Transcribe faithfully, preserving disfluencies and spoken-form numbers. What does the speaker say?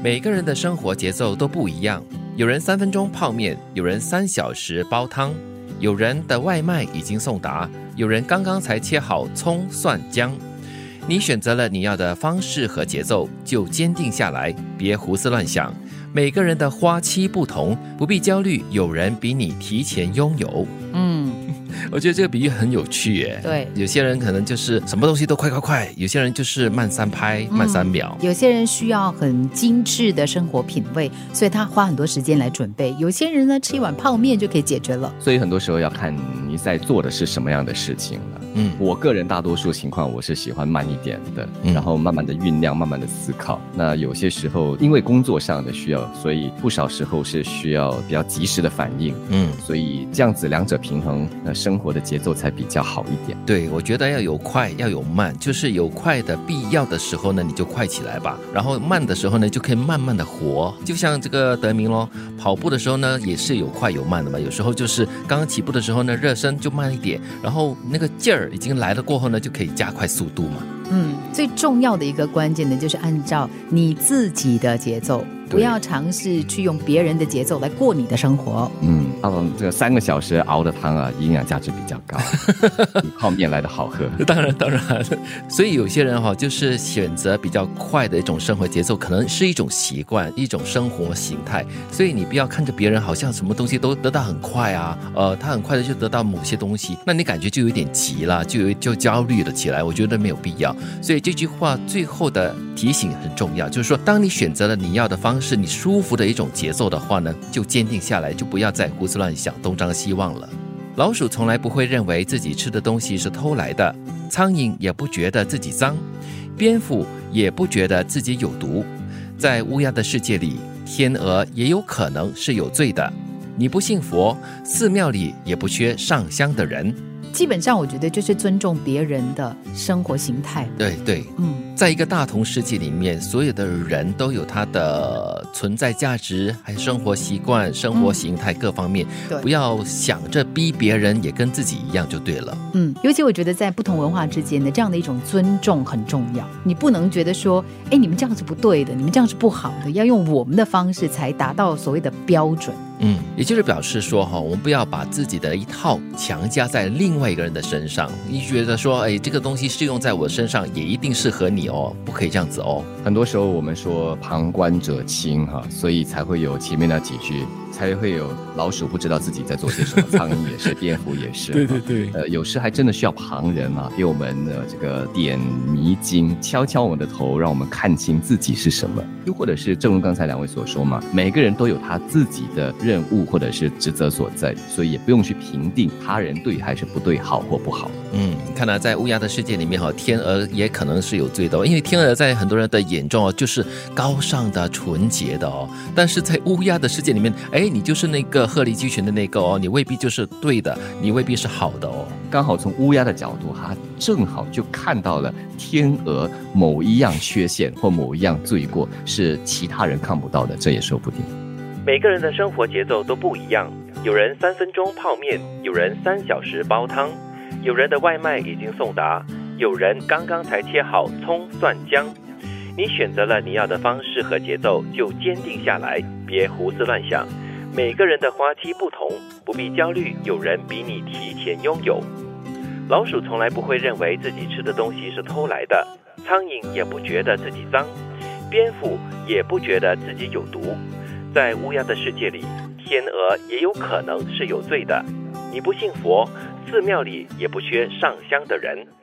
每个人的生活节奏都不一样，有人三分钟泡面，有人三小时煲汤，有人的外卖已经送达，有人刚刚才切好葱蒜姜。你选择了你要的方式和节奏，就坚定下来，别胡思乱想。每个人的花期不同，不必焦虑，有人比你提前拥有。 嗯， 我觉得这个比喻很有趣耶。 对， 有些人可能就是什么东西都快快快，有些人就是慢三拍、慢三秒。 有些人需要很精致的生活品味，所以他花很多时间来准备。有些人呢，吃一碗泡面就可以解决了。 所以很多时候要看你在做的是什么样的事情了。嗯，我个人大多数情况我是喜欢慢一点的，嗯、然后慢慢的酝酿，慢慢的思考。那有些时候因为工作上的需要，所以不少时候是需要比较及时的反应。嗯，所以这样子两者平衡，那生活的节奏才比较好一点。 对，我觉得要有快，要有慢，就是有快的必要的时候呢，你就快起来吧。然后慢的时候呢，就可以慢慢的活。就像这个德明咯，跑步的时候呢，也是有快有慢的嘛。有时候就是刚刚起步的时候呢，热身就慢一点，然后那个劲儿已经来了过后呢，就可以加快速度嘛。 嗯，最重要的一个关键呢，就是按照你自己的节奏，不要尝试去用别人的节奏来过你的生活。 嗯，哦，这个三个小时熬的汤啊，营养价值比较高，比泡面来的好喝。 当然，当然，所以有些人哈、哦，就是选择比较快的一种生活节奏，可能是一种习惯，一种生活形态。所以你不要看着别人好像什么东西都得到很快啊，呃，他很快的就得到某些东西，那你感觉就有点急了，就有就焦虑了起来。我觉得没有必要。所以这句话最后的提醒很重要，就是说，当你选择了你要的方式，你舒服的一种节奏的话呢，就坚定下来，就不要再胡思乱想、东张西望了。老鼠从来不会认为自己吃的东西是偷来的，苍蝇也不觉得自己脏，蝙蝠也不觉得自己有毒。在乌鸦的世界里，天鹅也有可能是有罪的。你不信佛，寺庙里也不缺上香的人。 基本上我觉得就是尊重别人的生活形态。 对对，嗯，在一个大同世界里面，所有的人都有他的存在价值，还有生活习惯、生活形态各方面，嗯、不要想着逼别人也跟自己一样就对了。 嗯，尤其我觉得在不同文化之间的这样的一种尊重很重要。你不能觉得说，哎，你们这样是不对的，你们这样是不好的，要用我们的方式才达到所谓的标准。 嗯，也就是表示说哈，我们不要把自己的一套强加在另外一个人的身上。你觉得说，哎，这个东西适用在我身上，也一定适合你哦，不可以这样子哦。 很多时候我们说旁观者清哈，所以才会有前面那几句，才会有老鼠不知道自己在做些什么，苍蝇也是，蝙蝠也是。 对对对， 呃，有时还真的需要旁人啊，给我们的这个点迷津，敲敲我们的头，让我们看清自己是什么。又或者是正如刚才两位所说嘛，每个人都有他自己的任务或者是职责所在，所以也不用去评定他人对还是不对，好或不好。 嗯，看来在乌鸦的世界里面，天鹅也可能是有罪的哦，因为天鹅在很多人的眼中就是高尚的、纯洁的哦，但是在乌鸦的世界里面，哎，你就是那个鹤立鸡群的那个哦，你未必就是对的，你未必是好的哦。 刚好从乌鸦的角度，他正好就看到了天鹅某一样缺陷或某一样罪过是其他人看不到的，这也说不定。 每个人的生活节奏都不一样，有人三分钟泡面，有人三小时煲汤，有人的外卖已经送达，有人刚刚才切好葱蒜姜。你选择了你要的方式和节奏，就坚定下来，别胡思乱想。每个人的花期不同，不必焦虑，有人比你提前拥有。老鼠从来不会认为自己吃的东西是偷来的，苍蝇也不觉得自己脏，蝙蝠也不觉得自己有毒。在乌鸦的世界里，天鹅也有可能是有罪的。你不信佛，寺庙里也不缺上香的人。